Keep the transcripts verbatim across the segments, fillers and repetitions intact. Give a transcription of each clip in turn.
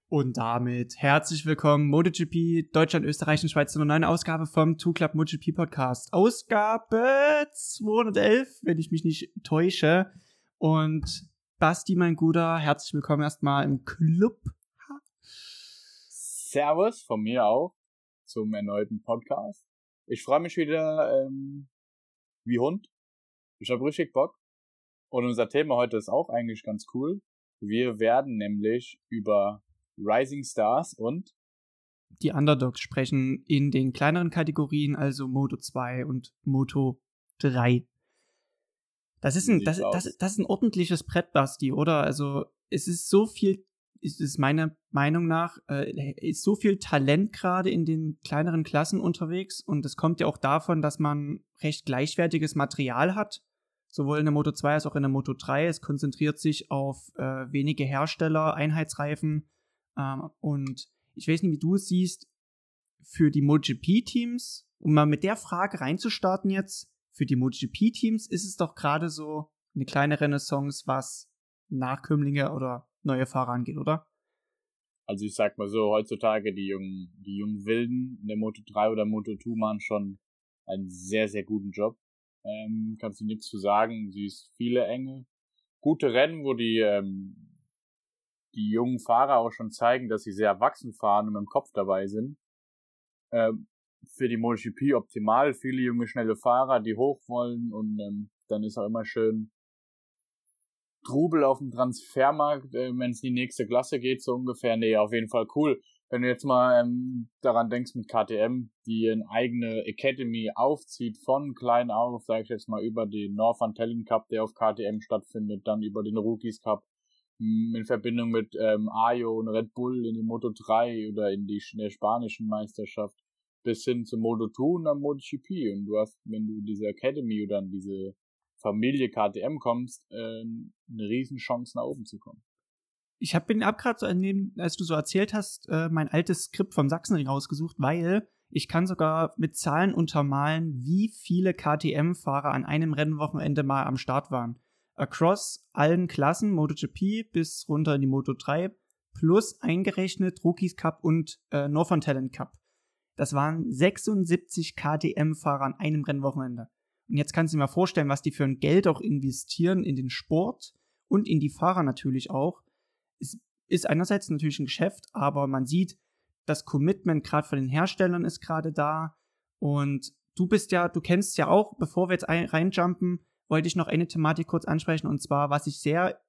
Und damit herzlich willkommen, MotoGP, Deutschland, Österreich und Schweiz, zu einer neuen Ausgabe vom Two Club MotoGP Podcast. Ausgabe zweihundertelf, wenn ich mich nicht täusche. Und Basti, mein Guter, herzlich willkommen erstmal im Club. Servus von mir auch zum erneuten Podcast. Ich freue mich wieder ähm, wie Hund. Ich habe richtig Bock. Und unser Thema heute ist auch eigentlich ganz cool. Wir werden nämlich über Rising Stars und die Underdogs sprechen in den kleineren Kategorien, also Moto zwei und Moto drei. Das ist ein, das, das, das ist ein ordentliches Brett, Basti, oder? Also es ist so viel, es ist meiner Meinung nach, äh, ist so viel Talent gerade in den kleineren Klassen unterwegs, und es kommt ja auch davon, dass man recht gleichwertiges Material hat, sowohl in der Moto zwei als auch in der Moto drei. Es konzentriert sich auf äh, wenige Hersteller, Einheitsreifen. Um, und ich weiß nicht, wie du es siehst, für die MotoGP-Teams, um mal mit der Frage reinzustarten jetzt, für die MotoGP-Teams ist es doch gerade so eine kleine Renaissance, was Nachkömmlinge oder neue Fahrer angeht, oder? Also ich sag mal so, heutzutage die jungen, die jungen Wilden in der Moto drei oder Moto zwei machen schon einen sehr, sehr guten Job. Ähm, kannst du nichts zu sagen, siehst viele enge, gute Rennen, wo die ähm, die jungen Fahrer auch schon zeigen, dass sie sehr erwachsen fahren und mit dem Kopf dabei sind. Ähm, für die MotoGP optimal, viele junge, schnelle Fahrer, die hoch wollen, und ähm, dann ist auch immer schön Trubel auf dem Transfermarkt, äh, wenn es in die nächste Klasse geht, so ungefähr. Nee, auf jeden Fall cool. Wenn du jetzt mal ähm, daran denkst mit K T M, die eine eigene Academy aufzieht, von klein auf, sag ich jetzt mal, über den Northern Talent Cup, der auf K T M stattfindet, dann über den Rookies Cup, in Verbindung mit ähm, Ajo und Red Bull in die Moto drei oder in die in der spanischen Meisterschaft, bis hin zum Moto zwei und dann MotoGP. Und du hast, wenn du in diese Academy oder in diese Familie K T M kommst, äh, eine riesen Chance nach oben zu kommen. Ich hab, bin ab gerade so, als du so erzählt hast, äh, mein altes Skript vom Sachsenring rausgesucht, weil ich kann sogar mit Zahlen untermalen, wie viele K T M-Fahrer an einem Rennwochenende mal am Start waren. Across allen Klassen, MotoGP bis runter in die Moto drei, plus eingerechnet Rookies Cup und äh, Northern Talent Cup. Das waren sechsundsiebzig K T M-Fahrer an einem Rennwochenende. Und jetzt kannst du dir mal vorstellen, was die für ein Geld auch investieren in den Sport und in die Fahrer natürlich auch. Es ist einerseits natürlich ein Geschäft, aber man sieht, das Commitment gerade von den Herstellern ist gerade da. Und du bist ja, du kennst ja auch, bevor wir jetzt ein, reinjumpen, wollte ich noch eine Thematik kurz ansprechen, und zwar, was sich sehr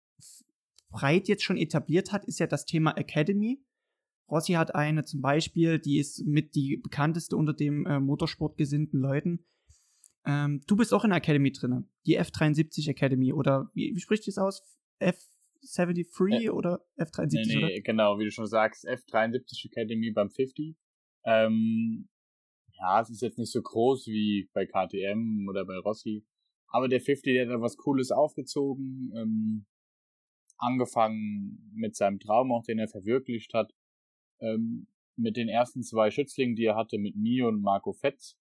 breit jetzt schon etabliert hat, ist ja das Thema Academy. Rossi hat eine zum Beispiel, die ist mit die bekannteste unter dem äh, Motorsport gesinnten Leuten. Ähm, du bist auch in der Academy drin, die F dreiundsiebzig Academy, oder wie, wie spricht das aus? F dreiundsiebzig äh, oder F dreiundsiebzig? Nee, nee, oder? Genau, wie du schon sagst, F dreiundsiebzig Academy beim fünfzig. Ähm, ja, es ist jetzt nicht so groß wie bei K T M oder bei Rossi. Aber der fünfzig, der hat da was Cooles aufgezogen, ähm, angefangen mit seinem Traum auch, den er verwirklicht hat, ähm, mit den ersten zwei Schützlingen, die er hatte, mit Mio und Marco Fetz,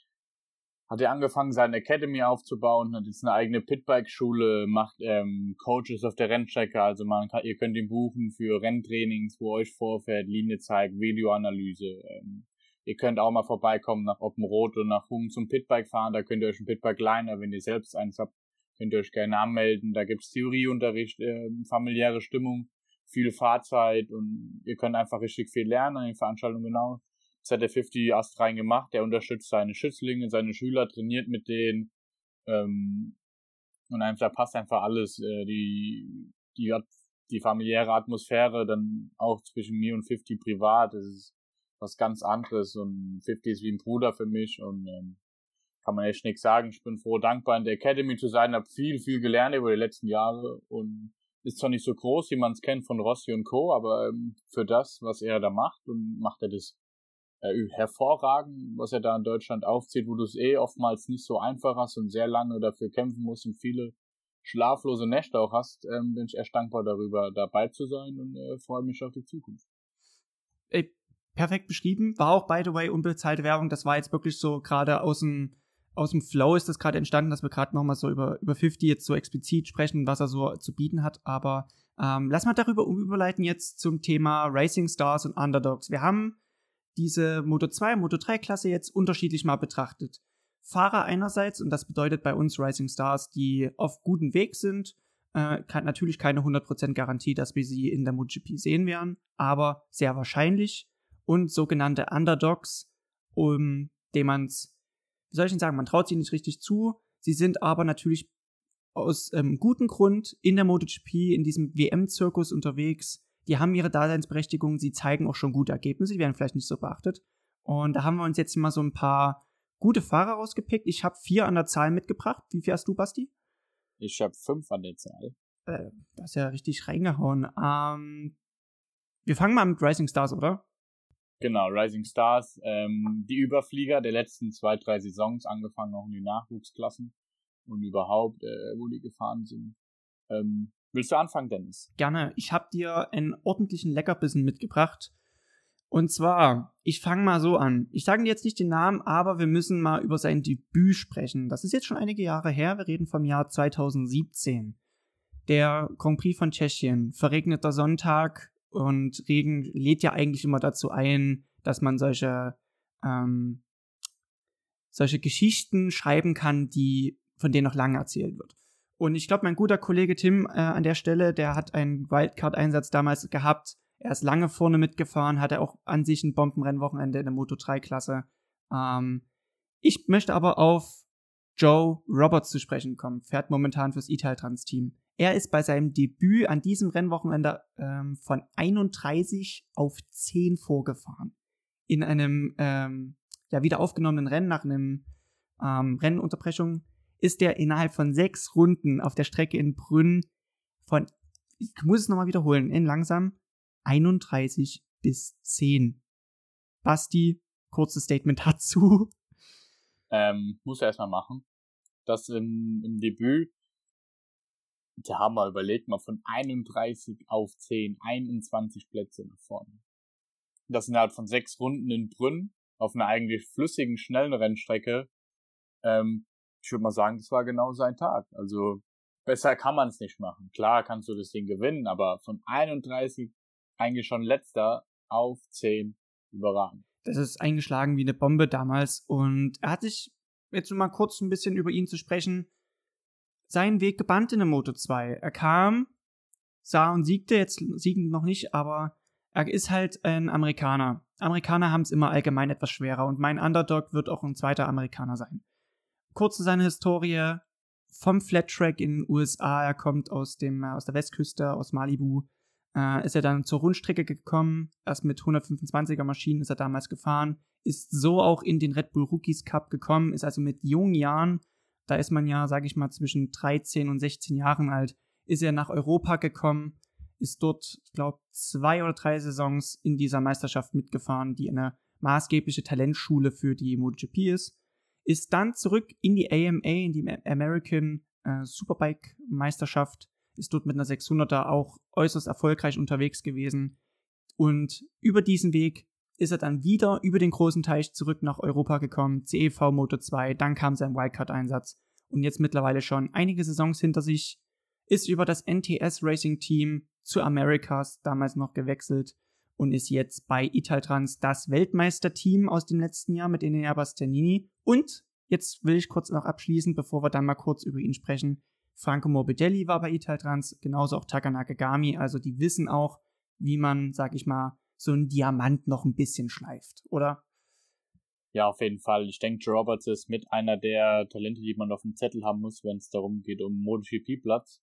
hat er angefangen, seine Academy aufzubauen, hat jetzt eine eigene Pitbike-Schule, macht ähm, Coaches auf der Rennstrecke, also man kann, ihr könnt ihn buchen für Renntrainings, wo er euch vorfährt, Linie zeigt, Videoanalyse, ähm, ihr könnt auch mal vorbeikommen nach Oppenrot und nach Hung zum Pitbike fahren. Da könnt ihr euch ein Pitbike leihen. Wenn ihr selbst eins habt, könnt ihr euch gerne anmelden. Da gibt's Theorieunterricht, äh, familiäre Stimmung, viel Fahrzeit, und ihr könnt einfach richtig viel lernen an den Veranstaltungen. Genau. Das hat der fünfzig astrein gemacht. Der unterstützt seine Schützlinge, seine Schüler, trainiert mit denen. Ähm, und einfach, da passt einfach alles. Äh, die, die, die familiäre Atmosphäre dann auch zwischen mir und fünfzig privat. Das ist was ganz anderes, und fünfzig ist wie ein Bruder für mich, und ähm, kann man echt nichts sagen. Ich bin froh, dankbar in der Academy zu sein, habe viel, viel gelernt über die letzten Jahre, und ist zwar nicht so groß, wie man es kennt von Rossi und Co., aber ähm, für das, was er da macht, und macht er das äh, hervorragend, was er da in Deutschland aufzieht, wo du es eh oftmals nicht so einfach hast und sehr lange dafür kämpfen musst und viele schlaflose Nächte auch hast, ähm, bin ich echt dankbar darüber, dabei zu sein, und äh, freue mich auf die Zukunft. Ey, perfekt beschrieben. War auch, by the way, unbezahlte Werbung. Das war jetzt wirklich so gerade aus dem, aus dem Flow ist das gerade entstanden, dass wir gerade nochmal so über, über fünfzig jetzt so explizit sprechen, was er so zu bieten hat. Aber Ähm, lass mal darüber überleiten jetzt zum Thema Racing Stars und Underdogs. Wir haben diese Moto zwei, Moto drei Klasse jetzt unterschiedlich mal betrachtet. Fahrer einerseits, und das bedeutet bei uns Rising Stars, die auf gutem Weg sind, äh, kann natürlich keine hundert Prozent Garantie, dass wir sie in der MotoGP sehen werden, aber sehr wahrscheinlich. Und sogenannte Underdogs, um dem man's, wie soll ich denn sagen, man traut sie nicht richtig zu. Sie sind aber natürlich aus ähm, gutem Grund in der MotoGP, in diesem W M-Zirkus unterwegs. Die haben ihre Daseinsberechtigung, sie zeigen auch schon gute Ergebnisse, die werden vielleicht nicht so beachtet. Und da haben wir uns jetzt mal so ein paar gute Fahrer rausgepickt. Ich habe vier an der Zahl mitgebracht. Wie viel hast du, Basti? Ich habe fünf an der Zahl. Äh, du hast ja richtig reingehauen. Ähm, wir fangen mal mit Rising Stars, oder? Genau, Rising Stars. Ähm, die Überflieger der letzten zwei, drei Saisons, angefangen auch in die Nachwuchsklassen und überhaupt, äh, wo die gefahren sind. Ähm, willst du anfangen, Dennis? Gerne. Ich habe dir einen ordentlichen Leckerbissen mitgebracht. Und zwar, ich fange mal so an. Ich sage dir jetzt nicht den Namen, aber wir müssen mal über sein Debüt sprechen. Das ist jetzt schon einige Jahre her. Wir reden vom Jahr zweitausendsiebzehn. Der Grand Prix von Tschechien, verregneter Sonntag, und Regen lädt ja eigentlich immer dazu ein, dass man solche, ähm, solche Geschichten schreiben kann, die, von denen noch lange erzählt wird. Und ich glaube, mein guter Kollege Tim äh, an der Stelle, der hat einen Wildcard-Einsatz damals gehabt. Er ist lange vorne mitgefahren, hatte auch an sich ein Bombenrennwochenende in der Moto drei Klasse. Ähm, ich möchte aber auf Joe Roberts zu sprechen kommen, fährt momentan fürs Italtrans-Team. Er ist bei seinem Debüt an diesem Rennwochenende ähm, von einunddreißig auf zehn vorgefahren. In einem ähm, ja, wieder aufgenommenen Rennen nach einem ähm, Rennunterbrechung ist er innerhalb von sechs Runden auf der Strecke in Brünn von, ich muss es nochmal wiederholen, in langsam, einunddreißig bis zehn. Basti, kurzes Statement dazu. Ähm, muss er erstmal machen. Das im, im Debüt, da haben wir überlegt, mal von einunddreißig auf zehn, einundzwanzig Plätze nach vorne. Das innerhalb von sechs Runden in Brünn, auf einer eigentlich flüssigen, schnellen Rennstrecke. Ähm, ich würde mal sagen, das war genau sein Tag. Also, besser kann man es nicht machen. Klar kannst du das Ding gewinnen, aber von einunddreißig, eigentlich schon letzter, auf zehn, überragend. Das ist eingeschlagen wie eine Bombe damals, und er hat sich, jetzt nur mal kurz ein bisschen über ihn zu sprechen, seinen Weg gebannt in der Moto zwei. Er kam, sah und siegte, jetzt siegend noch nicht, aber er ist halt ein Amerikaner. Amerikaner haben es immer allgemein etwas schwerer, und mein Underdog wird auch ein zweiter Amerikaner sein. Kurz zu seiner Historie: vom Flat Track in den U S A, er kommt aus dem aus der Westküste, aus Malibu, äh, ist er dann zur Rundstrecke gekommen, erst mit hundertfünfundzwanziger Maschinen ist er damals gefahren, ist so auch in den Red Bull Rookies Cup gekommen, ist also mit jungen Jahren, da ist man ja, sage ich mal, zwischen dreizehn und sechzehn Jahren alt, ist er nach Europa gekommen, ist dort, ich glaube, zwei oder drei Saisons in dieser Meisterschaft mitgefahren, die eine maßgebliche Talentschule für die MotoGP ist, ist dann zurück in die A M A, in die American äh, Superbike-Meisterschaft, ist dort mit einer sechshunderter auch äußerst erfolgreich unterwegs gewesen, und über diesen Weg ist er dann wieder über den großen Teich zurück nach Europa gekommen, C E V Moto zwei, dann kam sein Wildcard-Einsatz und jetzt mittlerweile schon einige Saisons hinter sich, ist über das N T S Racing Team zu Americas damals noch gewechselt und ist jetzt bei Italtrans das Weltmeisterteam aus dem letzten Jahr mit Enea Bastianini. Und jetzt will ich kurz noch abschließen, bevor wir dann mal kurz über ihn sprechen. Franco Morbidelli war bei Italtrans, genauso auch Taka Nakagami, also die wissen auch, wie man, sag ich mal, so einen Diamant noch ein bisschen schleift, oder? Ja, auf jeden Fall. Ich denke, Joe Roberts ist mit einer der Talente, die man auf dem Zettel haben muss, wenn es darum geht, um MotoGP-Platz.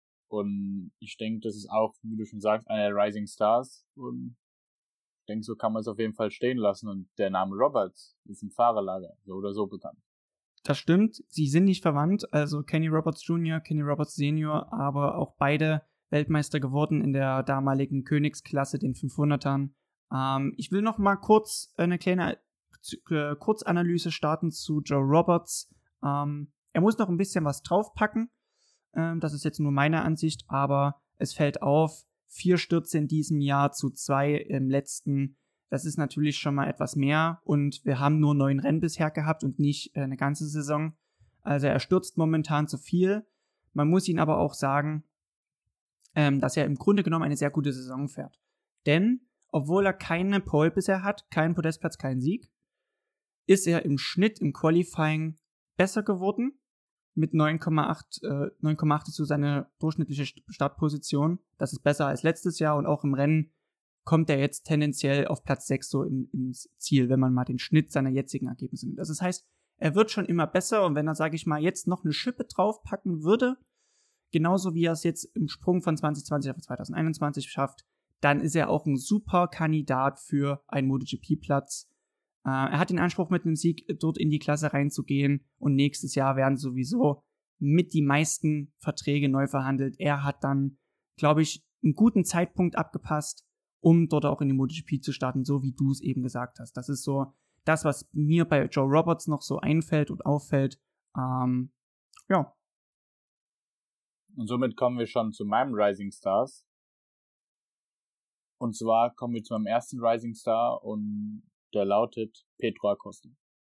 Und ich denke, das ist auch, wie du schon sagst, einer der Rising Stars. Und ich denke, so kann man es auf jeden Fall stehen lassen. Und der Name Roberts ist im Fahrerlager so oder so bekannt. Das stimmt. Sie sind nicht verwandt. Also Kenny Roberts Junior, Kenny Roberts Senior, aber auch beide Weltmeister geworden in der damaligen Königsklasse, den fünfhundertern. Ähm, ich will noch mal kurz eine kleine äh, Kurzanalyse starten zu Joe Roberts. Ähm, er muss noch ein bisschen was draufpacken. Ähm, das ist jetzt nur meine Ansicht, aber es fällt auf, vier Stürze in diesem Jahr zu zwei im letzten. Das ist natürlich schon mal etwas mehr, und wir haben nur neun Rennen bisher gehabt und nicht äh, eine ganze Saison. Also er stürzt momentan zu viel. Man muss ihn aber auch sagen, ähm, dass er im Grunde genommen eine sehr gute Saison fährt. Denn, obwohl er keine Pole bisher hat, keinen Podestplatz, keinen Sieg, ist er im Schnitt im Qualifying besser geworden. Mit neun Komma acht, äh, neun Komma acht ist so seine durchschnittliche Startposition. Das ist besser als letztes Jahr und auch im Rennen kommt er jetzt tendenziell auf Platz sechs so in, ins Ziel, wenn man mal den Schnitt seiner jetzigen Ergebnisse nimmt. Also das heißt, er wird schon immer besser und wenn er, sage ich mal, jetzt noch eine Schippe draufpacken würde, genauso wie er es jetzt im Sprung von zwanzig zwanzig auf zwanzig einundzwanzig schafft, dann ist er auch ein super Kandidat für einen MotoGP-Platz. Äh, er hat den Anspruch, mit einem Sieg dort in die Klasse reinzugehen und nächstes Jahr werden sowieso mit die meisten Verträge neu verhandelt. Er hat dann, glaube ich, einen guten Zeitpunkt abgepasst, um dort auch in die MotoGP zu starten, so wie du es eben gesagt hast. Das ist so das, was mir bei Joe Roberts noch so einfällt und auffällt. Ähm, ja. Und somit kommen wir schon zu meinem Rising Stars. Und zwar kommen wir zu meinem ersten Rising Star und der lautet Pedro Acosta.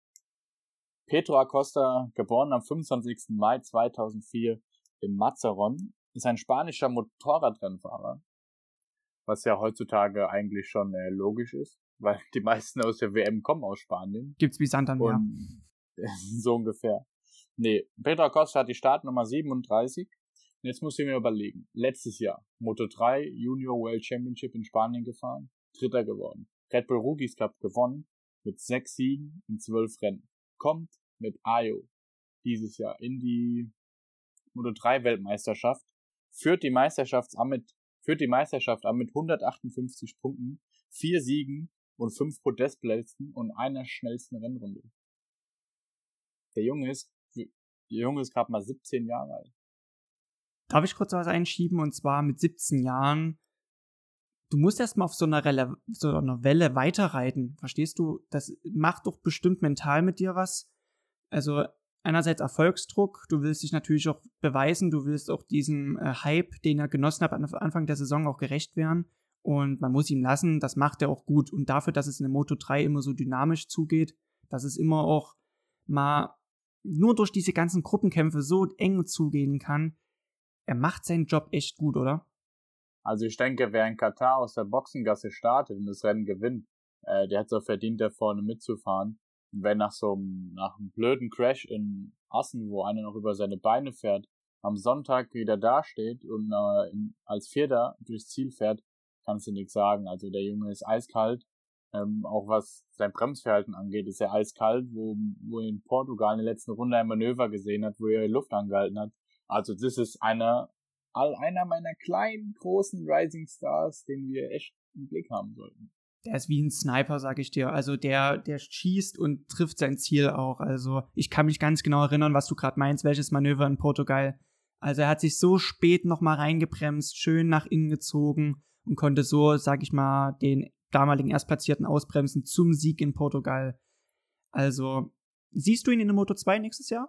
Pedro Acosta, geboren am fünfundzwanzigsten Mai zweitausendvier in Mazarón, ist ein spanischer Motorradrennfahrer, was ja heutzutage eigentlich schon äh, logisch ist, weil die meisten aus der W M kommen aus Spanien. Gibt's wie Sand am Meer. So ungefähr. Nee, Pedro Acosta hat die Startnummer siebenunddreißig. Und jetzt muss ich mir überlegen. Letztes Jahr Moto drei Junior World Championship in Spanien gefahren, Dritter geworden. Red Bull Rookies Cup gewonnen mit sechs Siegen in zwölf Rennen. Kommt mit Ajo dieses Jahr in die Moto drei Weltmeisterschaft, führt die Meisterschaft an mit führt die Meisterschaft an mit hundertachtundfünfzig Punkten, vier Siegen und fünf Podestplätzen und einer schnellsten Rennrunde. Der Junge ist, der Junge ist gerade mal siebzehn Jahre alt. Darf ich kurz was einschieben? Und zwar mit siebzehn Jahren. Du musst erstmal auf so einer, Relle, so einer Welle weiterreiten. Verstehst du? Das macht doch bestimmt mental mit dir was. Also einerseits Erfolgsdruck. Du willst dich natürlich auch beweisen. Du willst auch diesem äh, Hype, den er genossen hat, am Anfang der Saison auch gerecht werden. Und man muss ihm lassen, das macht er auch gut. Und dafür, dass es in der Moto drei immer so dynamisch zugeht, dass es immer auch mal nur durch diese ganzen Gruppenkämpfe so eng zugehen kann, er macht seinen Job echt gut, oder? Also ich denke, wer in Katar aus der Boxengasse startet und das Rennen gewinnt, äh, der hat es auch verdient, da vorne mitzufahren. Und wenn nach so einem, nach einem blöden Crash in Assen, wo einer noch über seine Beine fährt, am Sonntag wieder dasteht und äh, in, als Vierter durchs Ziel fährt, kannst du nichts sagen. Also der Junge ist eiskalt. Ähm, auch was sein Bremsverhalten angeht, ist er eiskalt, wo, wo in Portugal in der letzten Runde ein Manöver gesehen hat, wo er die Luft angehalten hat. Also das ist einer, all einer meiner kleinen, großen Rising Stars, den wir echt im Blick haben sollten. Der ist wie ein Sniper, sag ich dir. Also der, der schießt und trifft sein Ziel auch. Also ich kann mich ganz genau erinnern, was du gerade meinst, welches Manöver in Portugal. Also er hat sich so spät nochmal reingebremst, schön nach innen gezogen und konnte so, sag ich mal, den damaligen Erstplatzierten ausbremsen zum Sieg in Portugal. Also, siehst du ihn in der Moto zwei nächstes Jahr?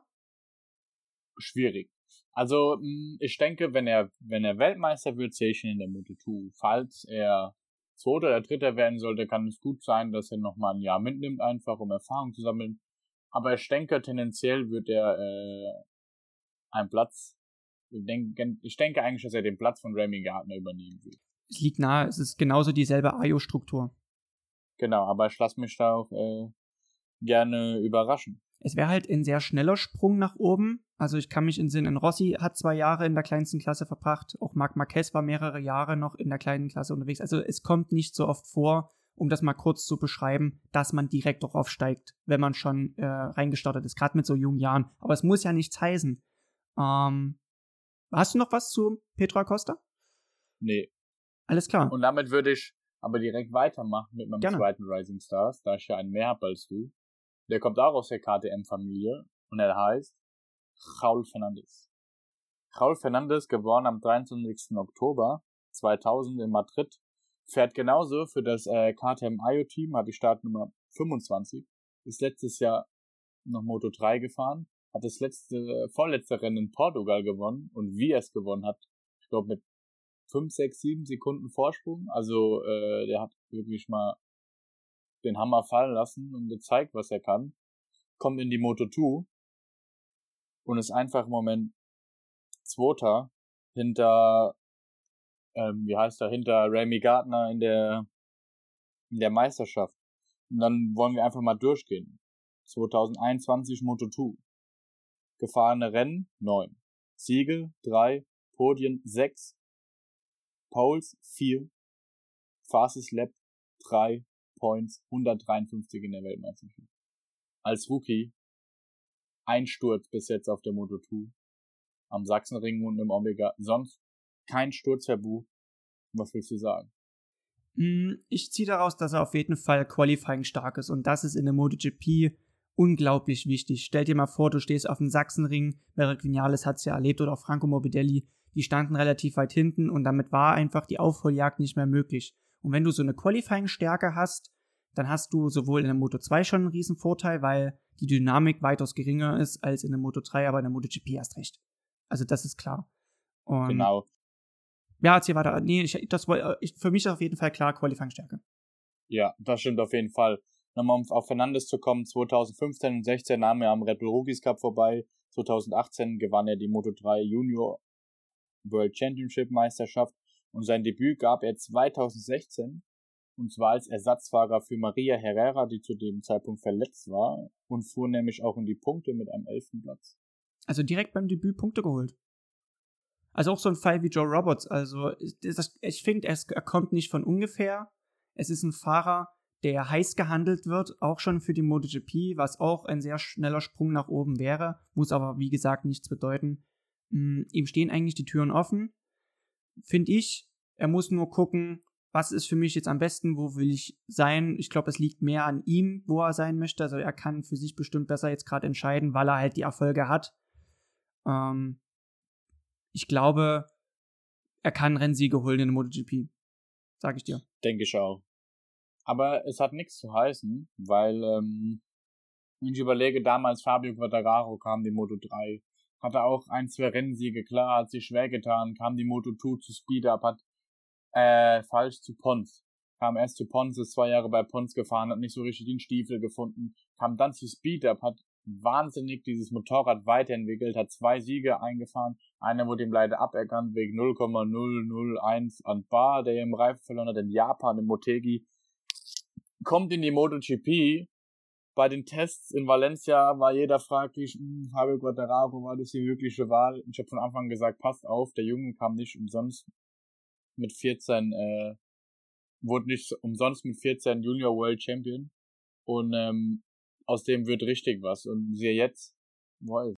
Schwierig. Also, ich denke, wenn er, wenn er Weltmeister wird, sehe ich ihn in der Moto zwei. Falls er Zweiter oder Dritter werden sollte, kann es gut sein, dass er nochmal ein Jahr mitnimmt, einfach um Erfahrung zu sammeln. Aber ich denke, tendenziell wird er äh, einen Platz, ich denke, ich denke eigentlich, dass er den Platz von Remy Gardner übernehmen wird. Es liegt nahe, es ist genauso dieselbe Ajo-Struktur. Genau, aber ich lasse mich da auch äh, gerne überraschen. Es wäre halt ein sehr schneller Sprung nach oben. Also ich kann mich entsinnen, Rossi hat zwei Jahre in der kleinsten Klasse verbracht. Auch Marc Marquez war mehrere Jahre noch in der kleinen Klasse unterwegs. Also es kommt nicht so oft vor, um das mal kurz zu beschreiben, dass man direkt auch aufsteigt, wenn man schon äh, reingestartet ist, gerade mit so jungen Jahren. Aber es muss ja nichts heißen. Ähm, hast du noch was zu Pedro Acosta? Nee. Alles klar. Und damit würde ich aber direkt weitermachen mit meinem Gerne. zweiten Rising Stars, da ich ja einen mehr habe als du. Der kommt auch aus der K T M-Familie und er heißt Raúl Fernández. Raúl Fernández, geboren am dreiundzwanzigsten Oktober zweitausend in Madrid, fährt genauso für das äh, K T M Ajo-Team, hat die Startnummer fünfundzwanzig, ist letztes Jahr noch Moto drei gefahren, hat das letzte, äh, vorletzte Rennen in Portugal gewonnen und wie er es gewonnen hat, ich glaube mit fünf, sechs, sieben Sekunden Vorsprung, also äh, der hat wirklich mal den Hammer fallen lassen und gezeigt, was er kann, kommt in die Moto zwei und ist einfach im Moment Zweiter hinter ähm, wie heißt er, hinter Remy Gardner in der, in der Meisterschaft. Und dann wollen wir einfach mal durchgehen. zwanzig einundzwanzig Moto zwei. Gefahrene Rennen neun. Siege drei. Podien sechs. Poles vier. Fastest Lap drei. Points hundertdreiundfünfzig in der Weltmeisterschaft. Als Rookie ein Sturz bis jetzt auf der Moto zwei. Am Sachsenring und im Omega. Sonst kein Sturz verbucht. Was willst du sagen? Ich ziehe daraus, dass er auf jeden Fall Qualifying stark ist und das ist in der MotoGP unglaublich wichtig. Stell dir mal vor, du stehst auf dem Sachsenring, Maverick Viñales hat es ja erlebt oder auch Franco Morbidelli, die standen relativ weit hinten und damit war einfach die Aufholjagd nicht mehr möglich. Und wenn du so eine Qualifying-Stärke hast, dann hast du sowohl in der Moto zwei schon einen riesen Vorteil, weil die Dynamik weitaus geringer ist als in der Moto drei, aber in der MotoGP erst recht. Also das ist klar. Und genau. Ja, erzähl weiter. Nee, ich, das war ich, für mich ist auf jeden Fall klar Qualifying-Stärke. Ja, das stimmt auf jeden Fall. Nochmal um auf Fernandes zu kommen, zwanzig fünfzehn und sechzehn nahm er am Red Bull Rookies Cup vorbei. zwanzig achtzehn gewann er die Moto drei Junior World Championship Meisterschaft und sein Debüt gab er zwanzig sechzehn und zwar als Ersatzfahrer für Maria Herrera, die zu dem Zeitpunkt verletzt war und fuhr nämlich auch in die Punkte mit einem elften Platz. Also direkt beim Debüt Punkte geholt. Also auch so ein Fall wie Joe Roberts. Also das, ich finde, er kommt nicht von ungefähr. Es ist ein Fahrer, der heiß gehandelt wird, auch schon für die MotoGP, was auch ein sehr schneller Sprung nach oben wäre, muss aber, wie gesagt, nichts bedeuten. Mhm, ihm stehen eigentlich die Türen offen, finde ich. Er muss nur gucken, was ist für mich jetzt am besten, wo will ich sein. Ich glaube, es liegt mehr an ihm, wo er sein möchte. Also er kann für sich bestimmt besser jetzt gerade entscheiden, weil er halt die Erfolge hat. Ähm, Ich glaube, er kann Rennsiege holen in der MotoGP. Sag ich dir. Denke ich auch. Aber es hat nichts zu heißen, weil, ähm, wenn ich überlege, damals Fabio Quartararo kam die Moto drei, hatte auch ein, zwei Rennsiege, klar, hat sich schwer getan, kam die Moto zwei zu Speed Up, hat, äh, falsch zu Pons. Kam erst zu Pons, ist zwei Jahre bei Pons gefahren, hat nicht so richtig den Stiefel gefunden, kam dann zu Speed Up, hat wahnsinnig dieses Motorrad weiterentwickelt, hat zwei Siege eingefahren. Einer wurde ihm leider aberkannt wegen null Komma null null eins an Bar, der im Reifen verloren hat in Japan, im Motegi. Kommt in die MotoGP. Bei den Tests in Valencia war jeder fraglich, hm, Fabio Quartararo, war das die wirkliche Wahl? Ich habe von Anfang an gesagt, passt auf, der Junge kam nicht umsonst mit vierzehn, äh, wurde nicht umsonst mit vierzehn Junior World Champion. Und ähm, aus dem wird richtig was. Und siehe jetzt, wow.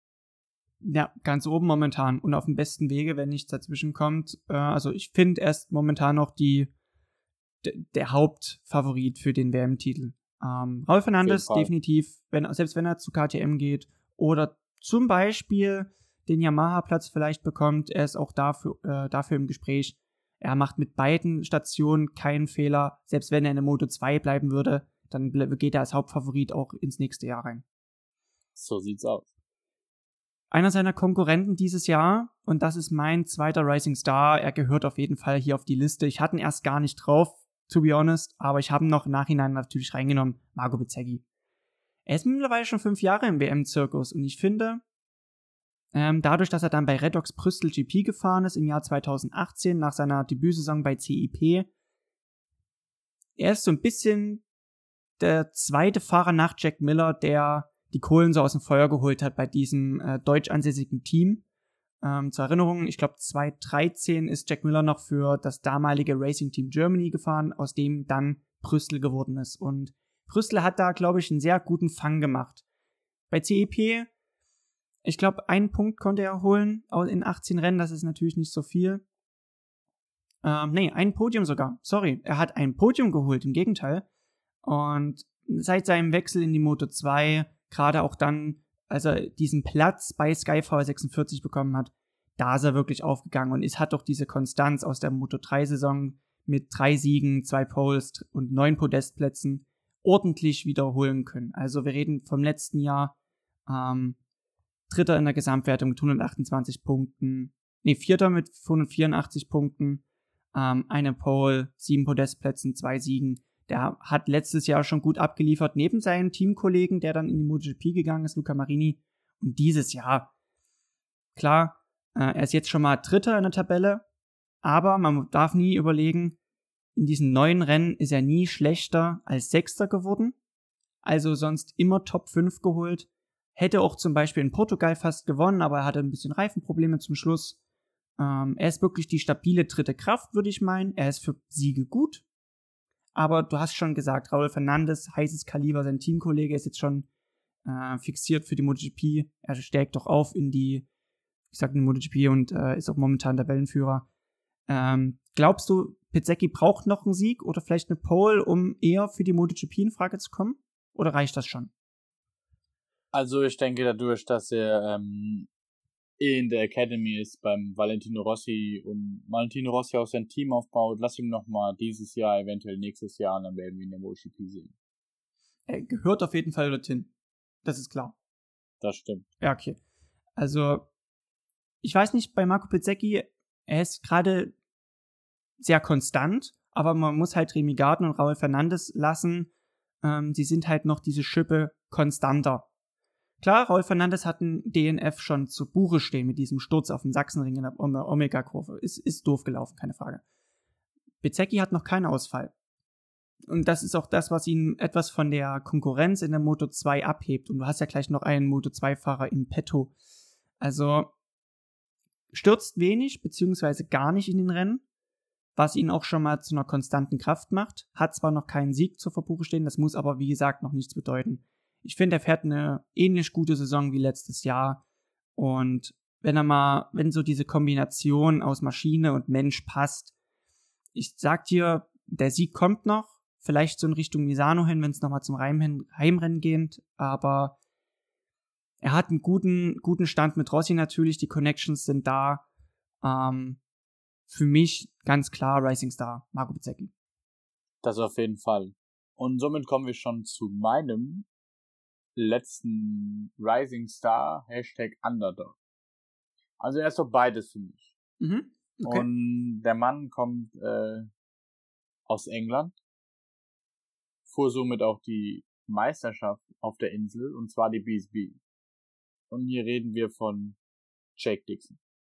Ja, ganz oben momentan und auf dem besten Wege, wenn nichts dazwischen kommt. Äh, also ich finde, er ist momentan noch die d- der Hauptfavorit für den W M-Titel. Ähm, Raul Fernandes definitiv, wenn, selbst wenn er zu K T M geht oder zum Beispiel den Yamaha-Platz vielleicht bekommt, er ist auch dafür, äh, dafür im Gespräch. Er macht mit beiden Stationen keinen Fehler. Selbst wenn er in der Moto zwei bleiben würde, dann geht er als Hauptfavorit auch ins nächste Jahr rein. So sieht's aus. Einer seiner Konkurrenten dieses Jahr, und das ist mein zweiter Rising Star, er gehört auf jeden Fall hier auf die Liste. Ich hatte ihn erst gar nicht drauf, to be honest, aber ich habe ihn noch im Nachhinein natürlich reingenommen, Marco Bezzecchi. Er ist mittlerweile schon fünf Jahre im W M-Zirkus und ich finde, ähm, dadurch, dass er dann bei Redox Bristol G P gefahren ist im Jahr zwanzig achtzehn, nach seiner Debütsaison bei C I P, er ist so ein bisschen der zweite Fahrer nach Jack Miller, der die Kohlen so aus dem Feuer geholt hat bei diesem äh, deutsch ansässigen Team. Ähm, zur Erinnerung, ich glaube zwanzig dreizehn ist Jack Miller noch für das damalige Racing Team Germany gefahren, aus dem dann Brüssel geworden ist. Und Brüssel hat da, glaube ich, einen sehr guten Fang gemacht. Bei C E P, ich glaube, einen Punkt konnte er holen in achtzehn Rennen, das ist natürlich nicht so viel. Ähm, nee, ein Podium sogar. Sorry, er hat ein Podium geholt, im Gegenteil. Und seit seinem Wechsel in die Moto zwei, gerade auch dann, als er diesen Platz bei Sky V R sechsundvierzig bekommen hat, da ist er wirklich aufgegangen und es hat doch diese Konstanz aus der Moto drei Saison mit drei Siegen, zwei Poles und neun Podestplätzen ordentlich wiederholen können. Also wir reden vom letzten Jahr, ähm, Dritter in der Gesamtwertung mit hundertachtundzwanzig Punkten, nee, Vierter mit hundertvierundachtzig Punkten, ähm, eine Pole, sieben Podestplätzen, zwei Siegen. Der hat letztes Jahr schon gut abgeliefert, neben seinem Teamkollegen, der dann in die MotoGP gegangen ist, Luca Marini. Und dieses Jahr, klar, äh, er ist jetzt schon mal Dritter in der Tabelle, Aber man darf nie überlegen, in diesen neuen Rennen ist er nie schlechter als Sechster geworden. Also sonst immer Top fünf geholt. Hätte auch zum Beispiel in Portugal fast gewonnen, aber er hatte ein bisschen Reifenprobleme zum Schluss. Ähm, er ist wirklich die stabile dritte Kraft, würde ich meinen. Er ist für Siege gut. Aber du hast schon gesagt, Raúl Fernández, heißes Kaliber, sein Teamkollege ist jetzt schon äh, fixiert für die MotoGP. Er stärkt doch auf in die, ich sag, in die MotoGP und äh, ist auch momentan Tabellenführer. Ähm, glaubst du, Bezzecchi braucht noch einen Sieg oder vielleicht eine Pole, um eher für die MotoGP in Frage zu kommen? Oder reicht das schon? Also ich denke dadurch, dass er ähm, in der Academy ist beim Valentino Rossi und Valentino Rossi auch sein Team aufbaut, lass ihm nochmal dieses Jahr, eventuell nächstes Jahr, und dann werden wir ihn in der MotoGP sehen. Er gehört auf jeden Fall dorthin. Das ist klar. Das stimmt. Ja, okay. Also, ich weiß nicht, bei Marco Bezzecchi, er ist gerade sehr konstant, aber man muss halt Remy Gardner und Raúl Fernández lassen. Ähm, sie sind halt noch diese Schippe konstanter. Klar, Raúl Fernández hat ein D N F schon zu Buche stehen mit diesem Sturz auf den Sachsenring in der Omega-Kurve. Ist, ist doof gelaufen, keine Frage. Bezzecchi hat noch keinen Ausfall. Und das ist auch das, was ihn etwas von der Konkurrenz in der Moto zwei abhebt. Und du hast ja gleich noch einen Moto zwei Fahrer im Petto. Also stürzt wenig, beziehungsweise gar nicht in den Rennen, was ihn auch schon mal zu einer konstanten Kraft macht. Hat zwar noch keinen Sieg zur Buche stehen, das muss aber, wie gesagt, noch nichts bedeuten. Ich finde, er fährt eine ähnlich gute Saison wie letztes Jahr. Und wenn er mal, wenn so diese Kombination aus Maschine und Mensch passt, ich sag dir, der Sieg kommt noch. Vielleicht so in Richtung Misano hin, wenn es nochmal zum Heimrennen geht. Aber er hat einen guten, guten Stand mit Rossi natürlich. Die Connections sind da. Ähm, für mich ganz klar Rising Star, Marco Bezzecchi. Das auf jeden Fall. Und somit kommen wir schon zu meinem letzten Rising Star, Hashtag Underdog. Also er ist doch beides für mich. Mhm, okay. Und der Mann kommt äh, aus England, fuhr somit auch die Meisterschaft auf der Insel, und zwar die B S B. Und hier reden wir von Jake Dixon.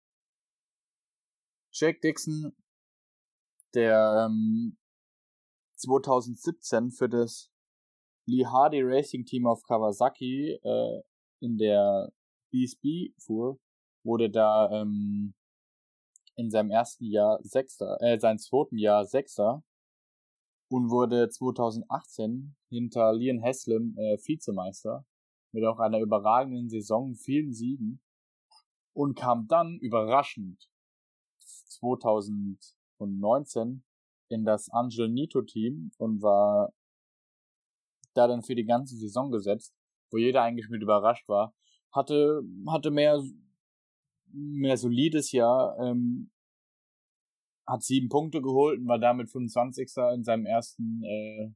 Jake Dixon, der ähm, zwanzig siebzehn für das Lee Hardy Racing Team auf Kawasaki äh, in der B S B fuhr, wurde da ähm, in seinem ersten Jahr Sechster, äh, seinem zweiten Jahr Sechster und wurde zwanzig achtzehn hinter Liam Haslam äh, Vizemeister mit auch einer überragenden Saison, vielen Siegen, und kam dann überraschend zwanzig neunzehn in das Angel Nito Team und war da dann für die ganze Saison gesetzt, wo jeder eigentlich mit überrascht war. Hatte hatte mehr mehr solides Jahr, ähm, hat sieben Punkte geholt und war damit fünfundzwanzigster in seinem ersten äh,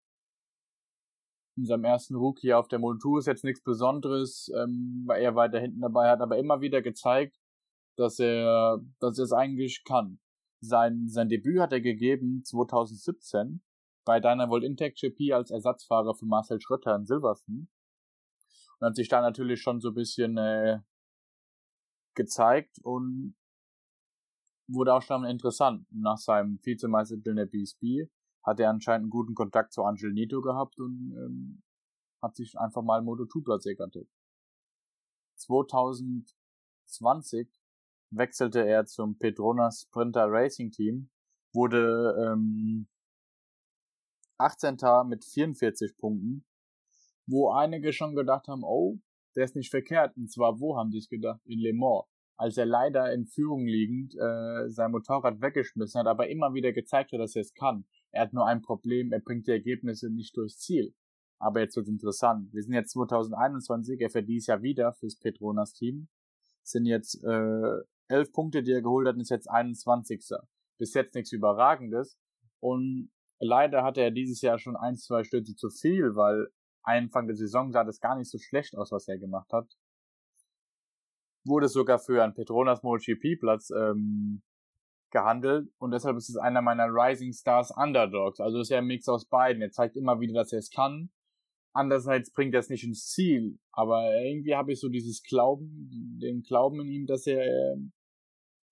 in seinem ersten Rookie auf der Moto zwei. Ist jetzt nichts Besonderes, ähm, weil er weiter hinten dabei hat, aber immer wieder gezeigt, dass er dass er es eigentlich kann. Sein sein Debüt hat er gegeben zwanzig siebzehn bei Dynavolt Intec G P als Ersatzfahrer für Marcel Schrötter in Silverstone und hat sich da natürlich schon so ein bisschen äh, gezeigt und wurde auch schon interessant. Nach seinem Vizemeistertitel in der B S B hat er anscheinend einen guten Kontakt zu Angel Nito gehabt und ähm, hat sich einfach mal Moto zwei Platz ergattert. zwanzig zwanzig wechselte er zum Petronas Sprinter Racing Team, wurde ähm, achtzehnter mit vierundvierzig Punkten, wo einige schon gedacht haben, oh, der ist nicht verkehrt. Und zwar, wo haben die es gedacht? In Le Mans. Als er leider in Führung liegend äh, sein Motorrad weggeschmissen hat, aber immer wieder gezeigt hat, dass er es kann. Er hat nur ein Problem, er bringt die Ergebnisse nicht durchs Ziel. Aber jetzt wird's interessant. Wir sind jetzt zwanzig einundzwanzig, er fährt dieses Jahr wieder fürs Petronas Team. Sind jetzt äh, elf Punkte, die er geholt hat, und ist jetzt einundzwanzigster Bis jetzt nichts Überragendes. Und leider hatte er dieses Jahr schon ein, zwei Stürze zu viel, weil Anfang der Saison sah das gar nicht so schlecht aus, was er gemacht hat. Wurde sogar für einen Petronas MotoGP-Platz ähm, gehandelt und deshalb ist es einer meiner Rising Stars Underdogs. Also ist er ein Mix aus beiden. Er zeigt immer wieder, dass er es kann. Andererseits bringt er es nicht ins Ziel. Aber irgendwie habe ich so dieses Glauben, den Glauben in ihm, dass er äh,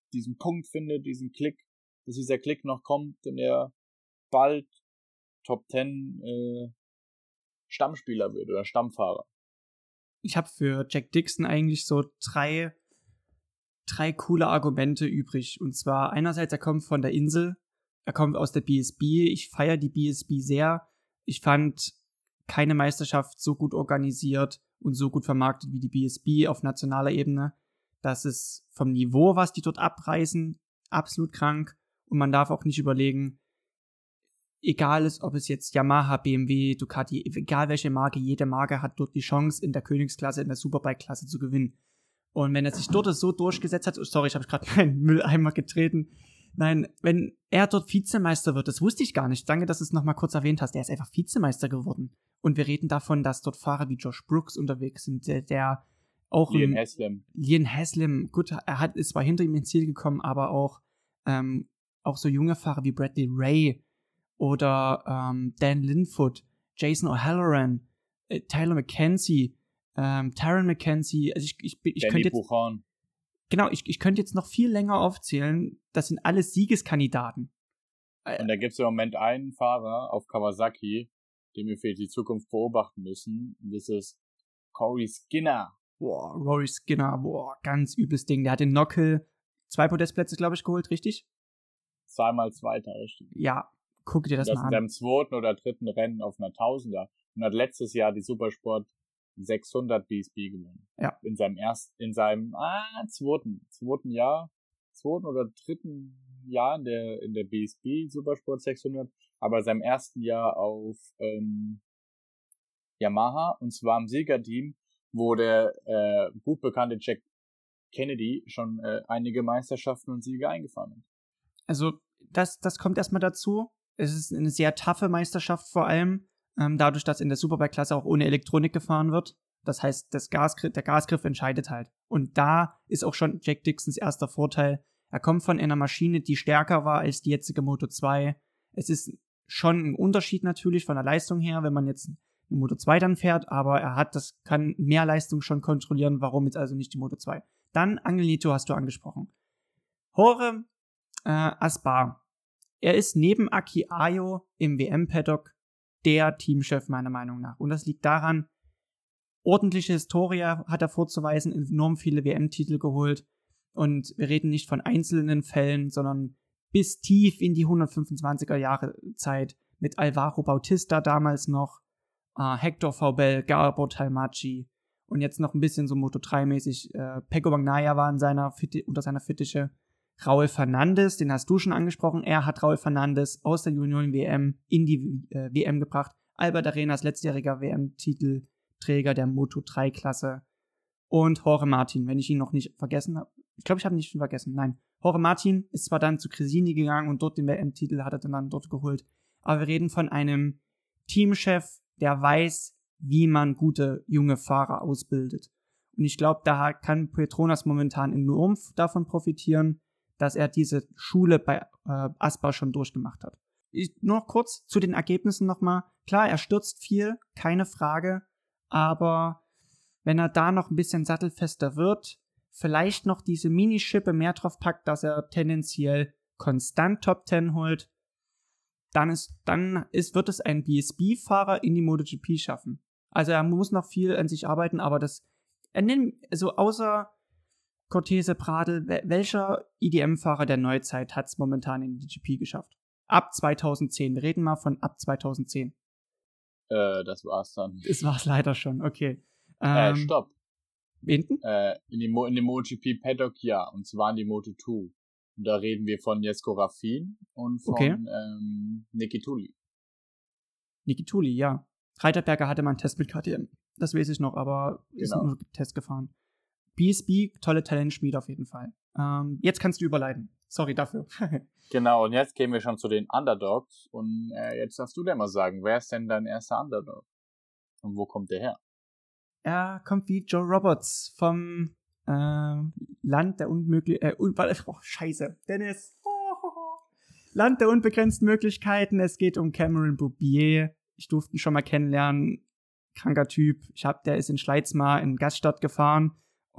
diesen Punkt findet, diesen Klick, dass dieser Klick noch kommt und er bald Top Ten äh, Stammspieler wird oder Stammfahrer. Ich habe für Jack Dixon eigentlich so drei, drei coole Argumente übrig. Und zwar einerseits, er kommt von der Insel, er kommt aus der B S B. Ich feiere die B S B sehr. Ich fand keine Meisterschaft so gut organisiert und so gut vermarktet wie die B S B auf nationaler Ebene. Das ist vom Niveau, was die dort abreißen, absolut krank. Und man darf auch nicht überlegen, egal ist, ob es jetzt Yamaha, B M W, Ducati, egal welche Marke, jede Marke hat dort die Chance, in der Königsklasse, in der Superbike-Klasse zu gewinnen. Und wenn er sich dort so durchgesetzt hat, sorry, ich habe gerade meinen Mülleimer getreten. Nein, wenn er dort Vizemeister wird, das wusste ich gar nicht. Danke, dass du es nochmal kurz erwähnt hast. Er ist einfach Vizemeister geworden. Und wir reden davon, dass dort Fahrer wie Josh Brooks unterwegs sind, der, der auch Liam Haslam. Liam Haslam, gut, er hat, ist zwar hinter ihm ins Ziel gekommen, aber auch, ähm, auch so junge Fahrer wie Bradley Ray oder ähm, Dan Linfoot, Jason O'Halloran, äh, Tyler McKenzie, ähm, Taron McKenzie, also ich, ich, ich, ich könnte jetzt Buchan. Genau, ich, ich könnte jetzt noch viel länger aufzählen. Das sind alles Siegeskandidaten. Und da gibt es im Moment einen Fahrer auf Kawasaki, den wir für die Zukunft beobachten müssen. Und das ist Corey Skinner. Boah, Rory Skinner, boah, ganz übles Ding. Der hat in Knockhill zwei Podestplätze, glaube ich, geholt, richtig? Zweimal Zweiter, richtig. Ja, guck dir das, das mal an. In seinem zweiten oder dritten Rennen auf einer Tausender. Und hat letztes Jahr die Supersport sechshundert B S B gewonnen. Ja. In seinem ersten, in seinem, ah, zweiten, zweiten Jahr, zweiten oder dritten Jahr in der, in der B S B Supersport sechshundert, aber seinem ersten Jahr auf, ähm, Yamaha, und zwar im Siegerteam, wo der, äh, gut bekannte Jack Kennedy schon, äh, einige Meisterschaften und Siege eingefahren hat. Also, das, das kommt erstmal dazu. Es ist eine sehr taffe Meisterschaft vor allem. Ähm, dadurch, dass in der Superbike-Klasse auch ohne Elektronik gefahren wird. Das heißt, das Gasgriff, der Gasgriff entscheidet halt. Und da ist auch schon Jack Dixons erster Vorteil. Er kommt von einer Maschine, die stärker war als die jetzige Moto zwei. Es ist schon ein Unterschied natürlich von der Leistung her, wenn man jetzt eine Moto zwei dann fährt, aber er hat das, kann mehr Leistung schon kontrollieren, warum jetzt also nicht die Moto zwei. Dann Angel Nieto hast du angesprochen. Jorge äh, Aspar. Er ist neben Aki Ajo im W M-Paddock der Teamchef meiner Meinung nach. Und das liegt daran, ordentliche Historie hat er vorzuweisen, enorm viele W M-Titel geholt. Und wir reden nicht von einzelnen Fällen, sondern bis tief in die hundertfünfundzwanziger Jahre Zeit mit Alvaro Bautista damals noch, äh, Hector Faubel, Gabor Talmaci und jetzt noch ein bisschen so Moto drei mäßig. Äh, Pecco Bagnaia war in seiner Fitti- unter seiner Fittiche. Raul Fernandes, den hast du schon angesprochen. Er hat Raul Fernandes aus der Junioren-W M in die äh, W M gebracht. Albert Arenas letztjähriger W M-Titelträger der Moto drei Klasse. Und Jorge Martin, wenn ich ihn noch nicht vergessen habe. Ich glaube, ich habe ihn nicht vergessen. Nein. Jorge Martin ist zwar dann zu Cresini gegangen und dort den W M-Titel hat er dann dort geholt. Aber wir reden von einem Teamchef, der weiß, wie man gute junge Fahrer ausbildet. Und ich glaube, da kann Petronas momentan enorm davon profitieren, dass er diese Schule bei äh, Aspar schon durchgemacht hat. Ich, nur noch kurz zu den Ergebnissen nochmal. Klar, er stürzt viel, keine Frage, aber wenn er da noch ein bisschen sattelfester wird, vielleicht noch diese Minischippe mehr drauf packt, dass er tendenziell konstant Top zehn holt, dann ist, dann ist, wird es ein B S B-Fahrer in die MotoGP schaffen. Also er muss noch viel an sich arbeiten, aber das, er nimmt, also außer Cortese Pradel, welcher I D M-Fahrer der Neuzeit hat es momentan in die G P geschafft? Ab zweitausendzehn. Wir reden mal von ab zweitausendzehn. Äh, das war's dann. Das war's leider schon, okay. Ähm, äh, stopp. Hinten? Äh, in, die Mo- in dem MotoGP Paddock, ja. Und zwar in die Moto zwei. Und da reden wir von Jesko Raffin und von okay. ähm, Niki Tulli. Niki Tulli, ja. Reiterberger hatte mal einen Test mit K T M. Das weiß ich noch, aber genau. Ist nur Test gefahren. B S B, tolle Talentschmiede auf jeden Fall. Ähm, jetzt kannst du überleiten. Sorry dafür. Genau, und jetzt gehen wir schon zu den Underdogs. Und äh, jetzt darfst du dir mal sagen, wer ist denn dein erster Underdog? Und wo kommt der her? Er kommt wie Joe Roberts vom äh, Land der Unmöglichkeiten. Äh, un- oh, scheiße. Dennis. Oh, Land der unbegrenzten Möglichkeiten. Es geht um Cameron Boubier. Ich durfte ihn schon mal kennenlernen. Kranker Typ. Ich hab, der ist in Schleiz mal in Gaststadt gefahren.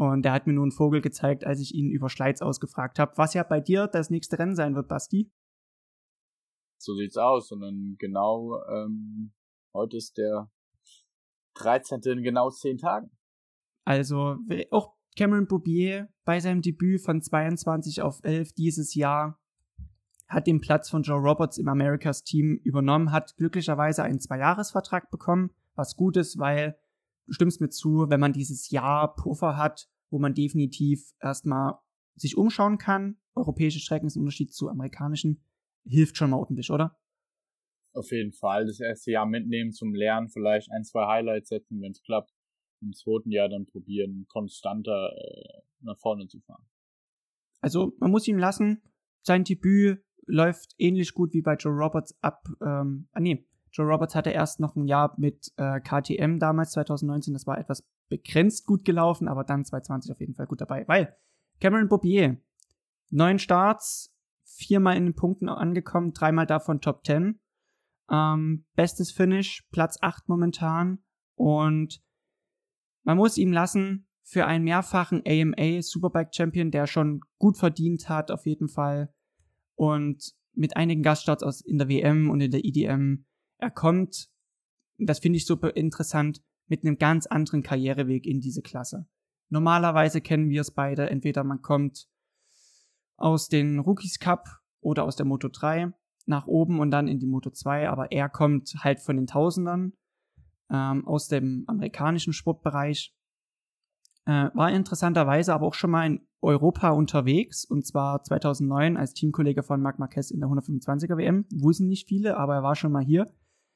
Und der hat mir nur einen Vogel gezeigt, als ich ihn über Schleiz ausgefragt habe. Was ja bei dir das nächste Rennen sein wird, Basti. So sieht's aus. Und dann genau, ähm, heute ist der dreizehnte in genau zehn Tagen. Also auch Cameron Beaubier bei seinem Debüt von zweiundzwanzig auf elf dieses Jahr hat den Platz von Joe Roberts im Americas Team übernommen, hat glücklicherweise einen Zwei-Jahres-Vertrag bekommen, was gut ist, weil, du stimmst mir zu, wenn man dieses Jahr Puffer hat, wo man definitiv erstmal sich umschauen kann, europäische Strecken ist ein Unterschied zu amerikanischen, hilft schon mal ordentlich, oder? Auf jeden Fall. Das erste Jahr mitnehmen zum Lernen, vielleicht ein, zwei Highlights setzen, wenn es klappt. Im zweiten Jahr dann probieren, konstanter äh, nach vorne zu fahren. Also man muss ihm lassen, sein Debüt läuft ähnlich gut wie bei Joe Roberts ab, ähm, ah nee, Joe Roberts hatte erst noch ein Jahr mit äh, K T M damals, zwanzig neunzehn, das war etwas begrenzt gut gelaufen, aber dann zwanzig zwanzig auf jeden Fall gut dabei, weil Cameron Beaubier, neun Starts, viermal in den Punkten angekommen, dreimal davon Top zehn, ähm, bestes Finish, Platz acht momentan und man muss ihm lassen, für einen mehrfachen A M A Superbike Champion, der schon gut verdient hat, auf jeden Fall, und mit einigen Gaststarts aus in der W M und in der I D M. Er kommt, das finde ich super interessant, mit einem ganz anderen Karriereweg in diese Klasse. Normalerweise kennen wir es beide, entweder man kommt aus den Rookies Cup oder aus der Moto drei nach oben und dann in die Moto zwei, aber er kommt halt von den Tausendern, ähm, aus dem amerikanischen Sportbereich. Äh, war interessanterweise aber auch schon mal in Europa unterwegs, und zwar zweitausendneun als Teamkollege von Marc Marquez in der hundertfünfundzwanziger W M. Wussten nicht viele, aber er war schon mal hier.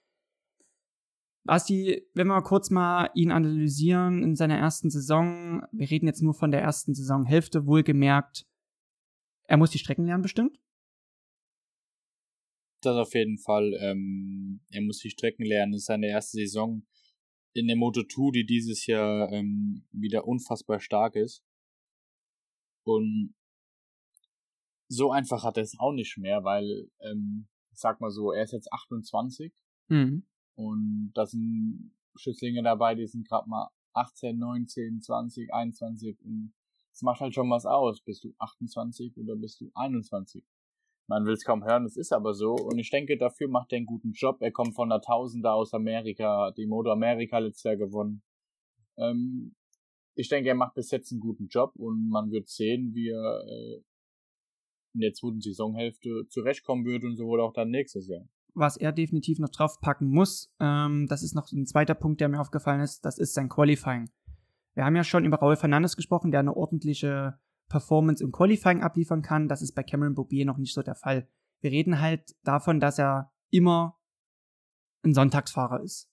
Basti, wenn wir kurz mal ihn analysieren in seiner ersten Saison, wir reden jetzt nur von der ersten Saisonhälfte, wohlgemerkt, er muss die Strecken lernen bestimmt? Das auf jeden Fall. Ähm, er muss die Strecken lernen, das ist seine erste Saison in der Moto zwei, die dieses Jahr ähm, wieder unfassbar stark ist. Und so einfach hat er es auch nicht mehr, weil, ähm, ich sag mal so, er ist jetzt achtundzwanzig Mhm. und da sind Schützlinge dabei, die sind gerade mal achtzehn, neunzehn, zwanzig, einundzwanzig und das macht halt schon was aus. Bist du achtundzwanzig oder bist du einundzwanzig? Man will es kaum hören, es ist aber so. Und ich denke, dafür macht er einen guten Job. Er kommt von der Tausender aus Amerika, die Moto America letztes Jahr gewonnen. Ähm, ich denke, er macht bis jetzt einen guten Job und man wird sehen, wie er äh, in der zweiten Saisonhälfte zurechtkommen wird und so wohl auch dann nächstes Jahr. Was er definitiv noch draufpacken muss, ähm, das ist noch ein zweiter Punkt, der mir aufgefallen ist, das ist sein Qualifying. Wir haben ja schon über Raul Fernandes gesprochen, der eine ordentliche Performance im Qualifying abliefern kann. Das ist bei Cameron Beaubier noch nicht so der Fall. Wir reden halt davon, dass er immer ein Sonntagsfahrer ist.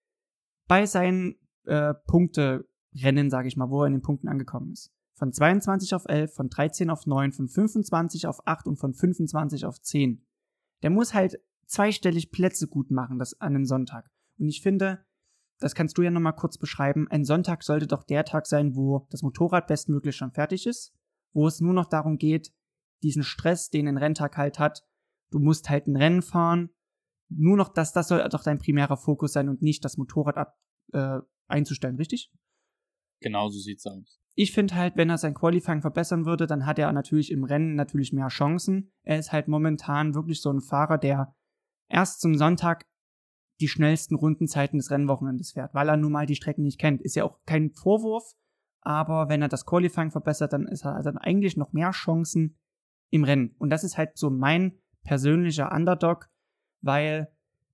Bei seinen äh, Punkte-Rennen, sage ich mal, wo er in den Punkten angekommen ist. Von zweiundzwanzig auf elf, von dreizehn auf neun, von fünfundzwanzig auf acht und von fünfundzwanzig auf zehn. Der muss halt zweistellig Plätze gut machen, das an einem Sonntag. Und ich finde, das kannst du ja nochmal kurz beschreiben, ein Sonntag sollte doch der Tag sein, wo das Motorrad bestmöglich schon fertig ist, wo es nur noch darum geht, diesen Stress, den ein Renntag halt hat, du musst halt ein Rennen fahren, nur noch das, das soll doch dein primärer Fokus sein und nicht das Motorrad ab, äh, einzustellen, richtig? Genau so sieht's aus. Ich finde halt, wenn er sein Qualifying verbessern würde, dann hat er natürlich im Rennen natürlich mehr Chancen. Er ist halt momentan wirklich so ein Fahrer, der erst zum Sonntag die schnellsten Rundenzeiten des Rennwochenendes fährt, weil er nun mal die Strecken nicht kennt. Ist ja auch kein Vorwurf, aber wenn er das Qualifying verbessert, dann ist er dann eigentlich noch mehr Chancen im Rennen. Und das ist halt so mein persönlicher Underdog, weil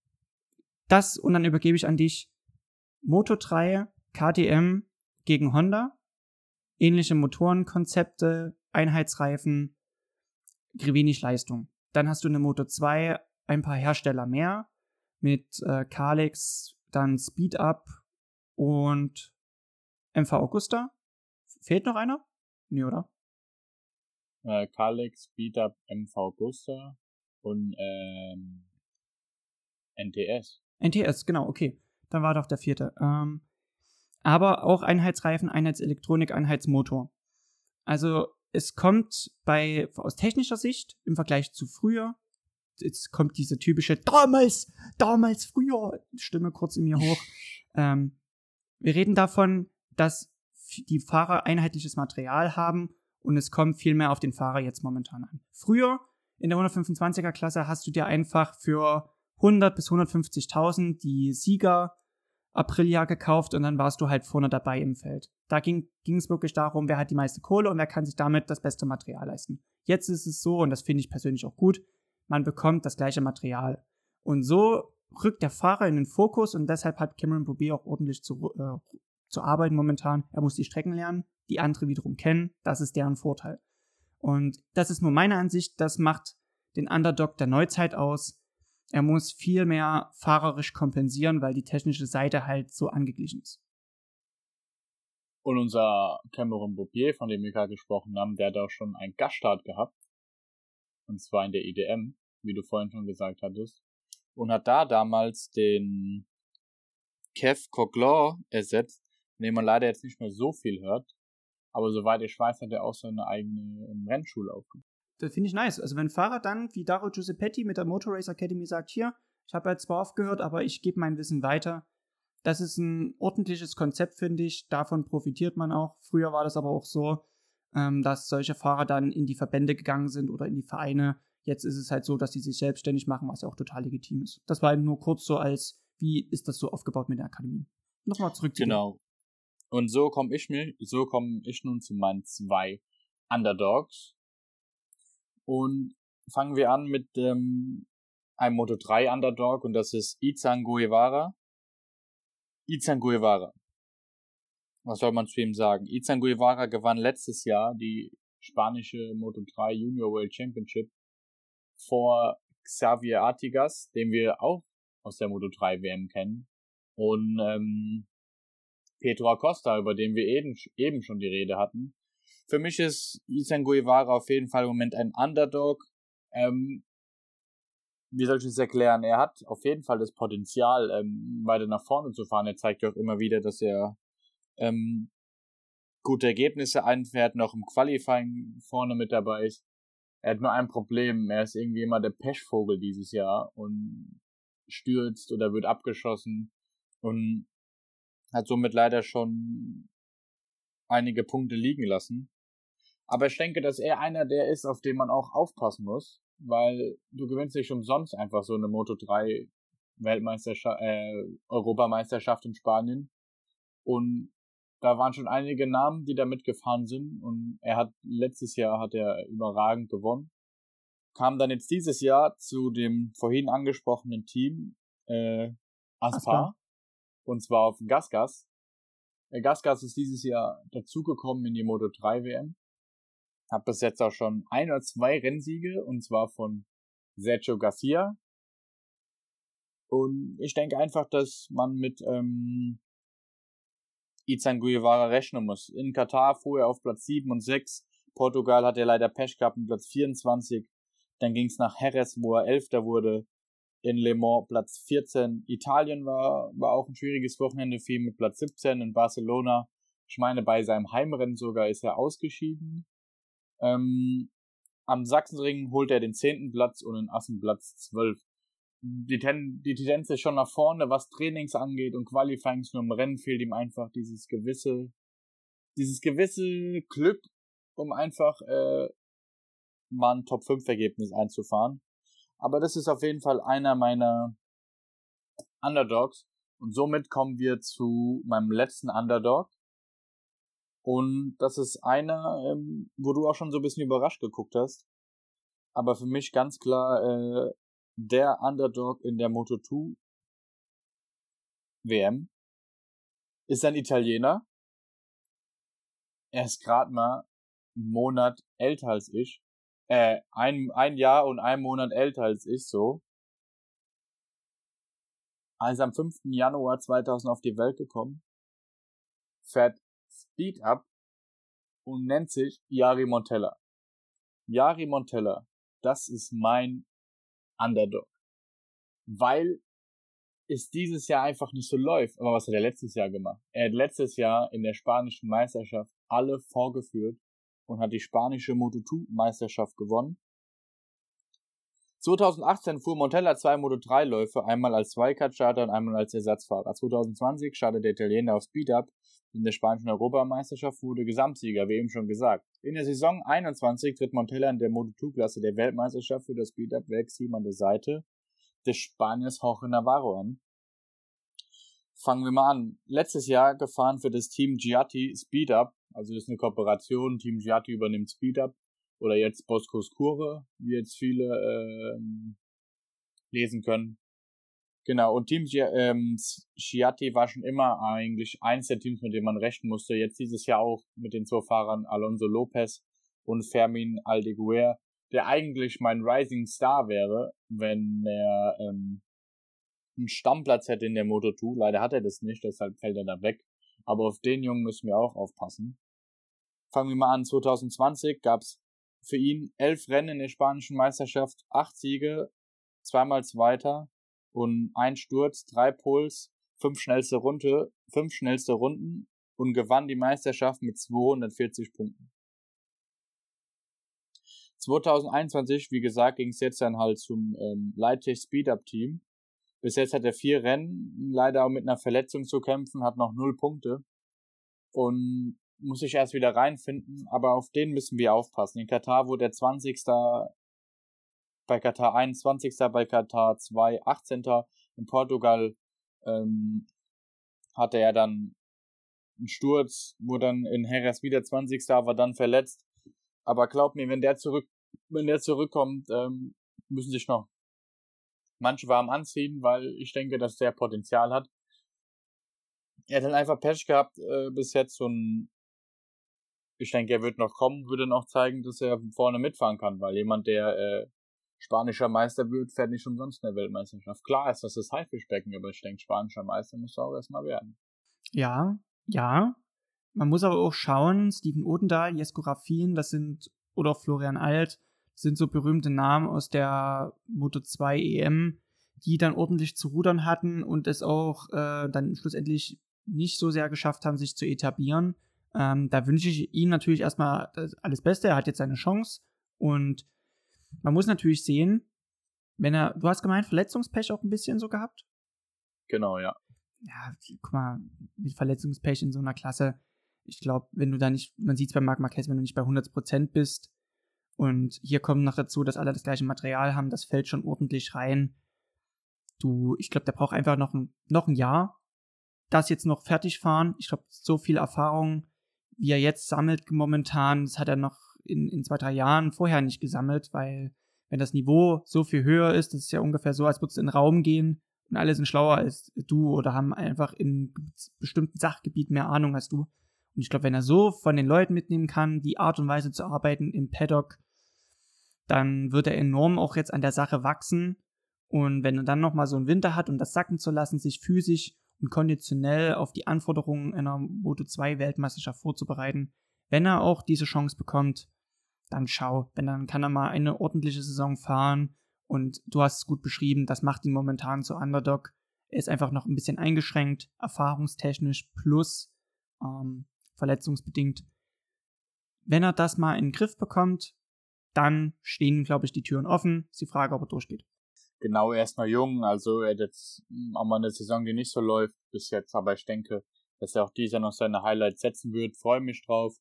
das, und dann übergebe ich an dich, Moto drei, K T M gegen Honda, ähnliche Motorenkonzepte, Einheitsreifen, wenig Leistung. Dann hast du eine Moto zwei, ein paar Hersteller mehr, mit äh, Kalex, dann Speed Up und M V Agusta. Fehlt noch einer? Nee, oder? Äh, Kalex, Speed Up, M V Agusta und ähm, N T S. N T S, genau, okay. Dann war doch der vierte. Ähm, aber auch Einheitsreifen, Einheitselektronik, Einheitsmotor. Also es kommt bei aus technischer Sicht im Vergleich zu früher, jetzt kommt diese typische damals, damals früher Stimme kurz in mir hoch. ähm, wir reden davon, dass die Fahrer einheitliches Material haben und es kommt viel mehr auf den Fahrer jetzt momentan an. Früher in der hundertfünfundzwanziger Klasse hast du dir einfach für hundert bis hundertfünfzigtausend die Sieger Aprilia gekauft und dann warst du halt vorne dabei im Feld. Da ging es wirklich darum, wer hat die meiste Kohle und wer kann sich damit das beste Material leisten. Jetzt ist es so, und das finde ich persönlich auch gut, man bekommt das gleiche Material. Und so rückt der Fahrer in den Fokus und deshalb hat Cameron Boubet auch ordentlich zu, äh, zu arbeiten momentan. Er muss die Strecken lernen, die andere wiederum kennen, das ist deren Vorteil. Und das ist nur meine Ansicht, das macht den Underdog der Neuzeit aus. Er muss viel mehr fahrerisch kompensieren, weil die technische Seite halt so angeglichen ist. Und unser Cameron Boubet, von dem wir gerade gesprochen haben, der hat auch schon einen Gaststart gehabt. Und zwar in der I D M, wie du vorhin schon gesagt hattest. Und hat da damals den Kev Coughlin ersetzt, von dem man leider jetzt nicht mehr so viel hört. Aber soweit ich weiß, hat er auch so eine eigene Rennschule aufgebaut. Das finde ich nice. Also wenn ein Fahrer dann, wie Dario Giuseppetti mit der Motor Race Academy sagt, hier, ich habe jetzt zwar aufgehört, aber ich gebe mein Wissen weiter. Das ist ein ordentliches Konzept, finde ich. Davon profitiert man auch. Früher war das aber auch so, ähm, dass solche Fahrer dann in die Verbände gegangen sind oder in die Vereine. Jetzt ist es halt so, dass die sich selbstständig machen, was ja auch total legitim ist. Das war nur kurz so als, wie ist das so aufgebaut mit der Akademie? Nochmal zurück zu Genau. Dir. Und so komme ich mir, so komme ich nun zu meinen zwei Underdogs. Und fangen wir an mit ähm, einem Moto drei Underdog und das ist Izan Guevara. Izan Guevara. Was soll man zu ihm sagen? Izan Guevara gewann letztes Jahr die spanische Moto drei Junior World Championship vor Xavier Artigas, den wir auch aus der Moto drei W M kennen. Und ähm, Pedro Acosta, über den wir eben, eben schon die Rede hatten. Für mich ist Izan Guevara auf jeden Fall im Moment ein Underdog. Ähm, wie soll ich das erklären? Er hat auf jeden Fall das Potenzial, ähm, weiter nach vorne zu fahren. Er zeigt ja auch immer wieder, dass er ähm, gute Ergebnisse einfährt, noch im Qualifying vorne mit dabei ist. Er hat nur ein Problem. Er ist irgendwie immer der Pechvogel dieses Jahr und stürzt oder wird abgeschossen und hat somit leider schon einige Punkte liegen lassen. Aber ich denke, dass er einer der ist, auf den man auch aufpassen muss, weil du gewinnst nicht umsonst einfach so eine Moto drei Weltmeisterschaft, äh, Europameisterschaft in Spanien. Und da waren schon einige Namen, die da mitgefahren sind. Und er hat, letztes Jahr hat er überragend gewonnen. Kam dann jetzt dieses Jahr zu dem vorhin angesprochenen Team, äh, Aspar. Aspar. Und zwar auf Gasgas. Der Gasgas ist dieses Jahr dazugekommen in die Moto drei W M. Hat bis jetzt auch schon ein oder zwei Rennsiege, und zwar von Sergio Garcia. Und ich denke einfach, dass man mit ähm, Izan Guevara rechnen muss. In Katar fuhr er auf Platz sieben und sechs. Portugal hat er leider Pech gehabt, in Platz vierundzwanzig. Dann ging es nach Jerez, wo er Elfter wurde. In Le Mans Platz vierzehn. Italien war, war auch ein schwieriges Wochenende für ihn mit Platz siebzehn. In Barcelona, ich meine, bei seinem Heimrennen sogar ist er ausgeschieden. Ähm, am Sachsenring holt er den zehnten Platz und in Assen Platz zwölf. Die, Ten- die Tendenz ist schon nach vorne, was Trainings angeht und Qualifyings, nur im Rennen fehlt ihm einfach dieses gewisse, dieses gewisse Glück, um einfach äh, mal ein Top fünf Ergebnis einzufahren. Aber das ist auf jeden Fall einer meiner Underdogs. Und somit kommen wir zu meinem letzten Underdog. Und das ist einer, ähm, wo du auch schon so ein bisschen überrascht geguckt hast. Aber für mich ganz klar äh, der Underdog in der Moto zwei W M ist ein Italiener. Er ist gerade mal einen Monat älter als ich. Äh, ein, ein Jahr und ein Monat älter als ich, so. Also am fünften Januar zweitausend auf die Welt gekommen. Fährt Speed Up und nennt sich Jari Montella. Jari Montella, das ist mein Underdog. Weil es dieses Jahr einfach nicht so läuft. Aber was hat er letztes Jahr gemacht? Er hat letztes Jahr in der spanischen Meisterschaft alle vorgeführt und hat die spanische Moto zwei Meisterschaft gewonnen. zwanzig achtzehn fuhr Montella zwei Moto drei Läufe, einmal als Wildcard-Starter und einmal als Ersatzfahrer. zwanzig zwanzig startete der Italiener auf Speed-Up. In der spanischen Europameisterschaft wurde Gesamtsieger, wie eben schon gesagt. In der Saison einundzwanzig tritt Montella in der Moto zwei Klasse der Weltmeisterschaft für das Speed-Up-Werksteam an der Seite des Spaniers Jorge Navarro an. Fangen wir mal an. Letztes Jahr gefahren für das Team Giatti Speed-Up, also das ist eine Kooperation, Team Giatti übernimmt Speed-Up, oder jetzt Boscos Kurve, wie jetzt viele ähm, lesen können. Genau, und Team Gi- ähm, Giatti war schon immer eigentlich eins der Teams, mit dem man rechnen musste. Jetzt dieses Jahr auch mit den zwei Fahrern Alonso Lopez und Fermin Aldeguer, der eigentlich mein Rising Star wäre, wenn er ähm, einen Stammplatz hätte in der Moto zwei. Leider hat er das nicht, deshalb fällt er da weg. Aber auf den Jungen müssen wir auch aufpassen. Fangen wir mal an. zwanzig zwanzig gab's für ihn elf Rennen in der spanischen Meisterschaft, acht Siege, zweimal Zweiter und ein Sturz, drei Poles, fünf schnellste Runde, fünf schnellste Runden und gewann die Meisterschaft mit zweihundertvierzig Punkten. zwanzig einundzwanzig, wie gesagt, ging es jetzt dann halt zum ähm, Light-Tech Speed-Up-Team. Bis jetzt hat er vier Rennen, leider auch mit einer Verletzung zu kämpfen, hat noch null Punkte und muss sich erst wieder reinfinden, aber auf den müssen wir aufpassen. In Katar wurde er zwanzigster, bei Katar einundzwanzigster, bei Katar zwei achtzehnter In Portugal ähm, hatte er dann einen Sturz, wurde dann in Jerez wieder zwanzigster, war dann verletzt. Aber glaub mir, wenn der zurück, wenn der zurückkommt, ähm, müssen sich noch manche warm anziehen, weil ich denke, dass der Potenzial hat. Er hat dann einfach Pech gehabt, äh, bis jetzt so ein, ich denke, er wird noch kommen, würde noch zeigen, dass er vorne mitfahren kann, weil jemand, der äh, spanischer Meister wird, fährt nicht umsonst in der Weltmeisterschaft. Klar ist das das Haifischbecken, aber ich denke, spanischer Meister muss er auch erstmal werden. Ja, ja. Man muss aber auch schauen, Steven Odendahl, Jesko Raffin, das sind, oder Florian Alt, das sind so berühmte Namen aus der Moto zwei E M, die dann ordentlich zu rudern hatten und es auch äh, dann schlussendlich nicht so sehr geschafft haben, sich zu etablieren. Ähm, da wünsche ich ihm natürlich erstmal alles Beste. Er hat jetzt seine Chance und man muss natürlich sehen, wenn er, du hast gemeint, Verletzungspech auch ein bisschen so gehabt? Genau, ja. Ja, guck mal, mit Verletzungspech in so einer Klasse, ich glaube, wenn du da nicht, man sieht es bei Marc Marquez, wenn du nicht bei hundert Prozent bist und hier kommt noch dazu, dass alle das gleiche Material haben, das fällt schon ordentlich rein. Du, ich glaube, der braucht einfach noch ein, noch ein Jahr, das jetzt noch fertig fahren. Ich glaube, so viel Erfahrung, wie er jetzt sammelt momentan, das hat er noch in, in zwei, drei Jahren vorher nicht gesammelt, weil wenn das Niveau so viel höher ist, das ist ja ungefähr so, als würdest du in den Raum gehen und alle sind schlauer als du oder haben einfach in bestimmten Sachgebieten mehr Ahnung als du. Und ich glaube, wenn er so von den Leuten mitnehmen kann, die Art und Weise zu arbeiten im Paddock, dann wird er enorm auch jetzt an der Sache wachsen. Und wenn er dann nochmal so einen Winter hat, um das sacken zu lassen, sich physisch und konditionell auf die Anforderungen einer Moto zwei Weltmeisterschaft vorzubereiten, wenn er auch diese Chance bekommt, dann schau, wenn dann kann er mal eine ordentliche Saison fahren und du hast es gut beschrieben, das macht ihn momentan zu Underdog. Er ist einfach noch ein bisschen eingeschränkt, erfahrungstechnisch plus ähm, verletzungsbedingt. Wenn er das mal in den Griff bekommt, dann stehen, glaube ich, die Türen offen. Ist die Frage, ob er durchgeht. Genau, er ist noch jung, also er hat jetzt auch mal eine Saison, die nicht so läuft bis jetzt, aber ich denke, dass er auch dieses Jahr noch seine Highlights setzen wird, freue mich drauf.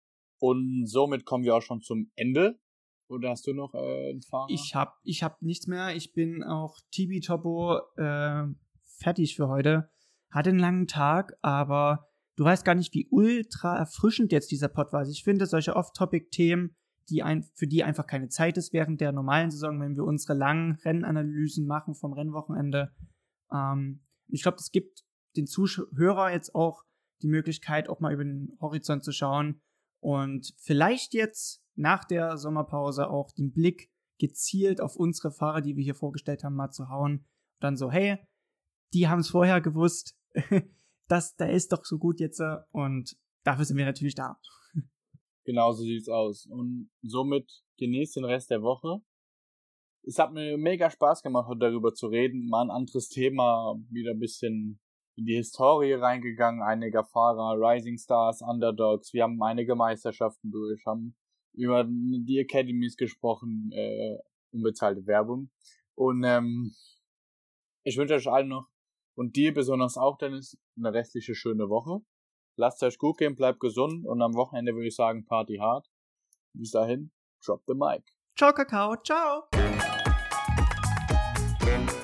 Und somit kommen wir auch schon zum Ende. Oder hast du noch äh, einen Fahrer? Ich hab, ich hab nichts mehr. Ich bin auch Tibi Topo äh, fertig für heute. Hatte einen langen Tag, aber du weißt gar nicht, wie ultra erfrischend jetzt dieser Pod war. Also ich finde, solche Off-Topic-Themen, die ein, für die einfach keine Zeit ist während der normalen Saison, wenn wir unsere langen Rennanalysen machen vom Rennwochenende. Ähm, ich glaube, das gibt den Zuhörer jetzt auch die Möglichkeit, auch mal über den Horizont zu schauen und vielleicht jetzt nach der Sommerpause auch den Blick gezielt auf unsere Fahrer, die wir hier vorgestellt haben, mal zu hauen. Und dann so, hey, die haben es vorher gewusst, das, da ist doch so gut jetzt und dafür sind wir natürlich da. Genau so sieht's aus. Und somit genießt den Rest der Woche. Es hat mir mega Spaß gemacht, heute darüber zu reden. Mal ein anderes Thema, wieder ein bisschen in die Historie reingegangen, einiger Fahrer, Rising Stars, Underdogs. Wir haben einige Meisterschaften durch, haben über die Academies gesprochen, äh, unbezahlte Werbung. Und ähm, ich wünsche euch allen noch und dir besonders auch, Dennis, eine restliche schöne Woche. Lasst euch gut gehen, bleibt gesund und am Wochenende würde ich sagen, Party hard. Bis dahin, drop the mic. Ciao, Kakao. Ciao.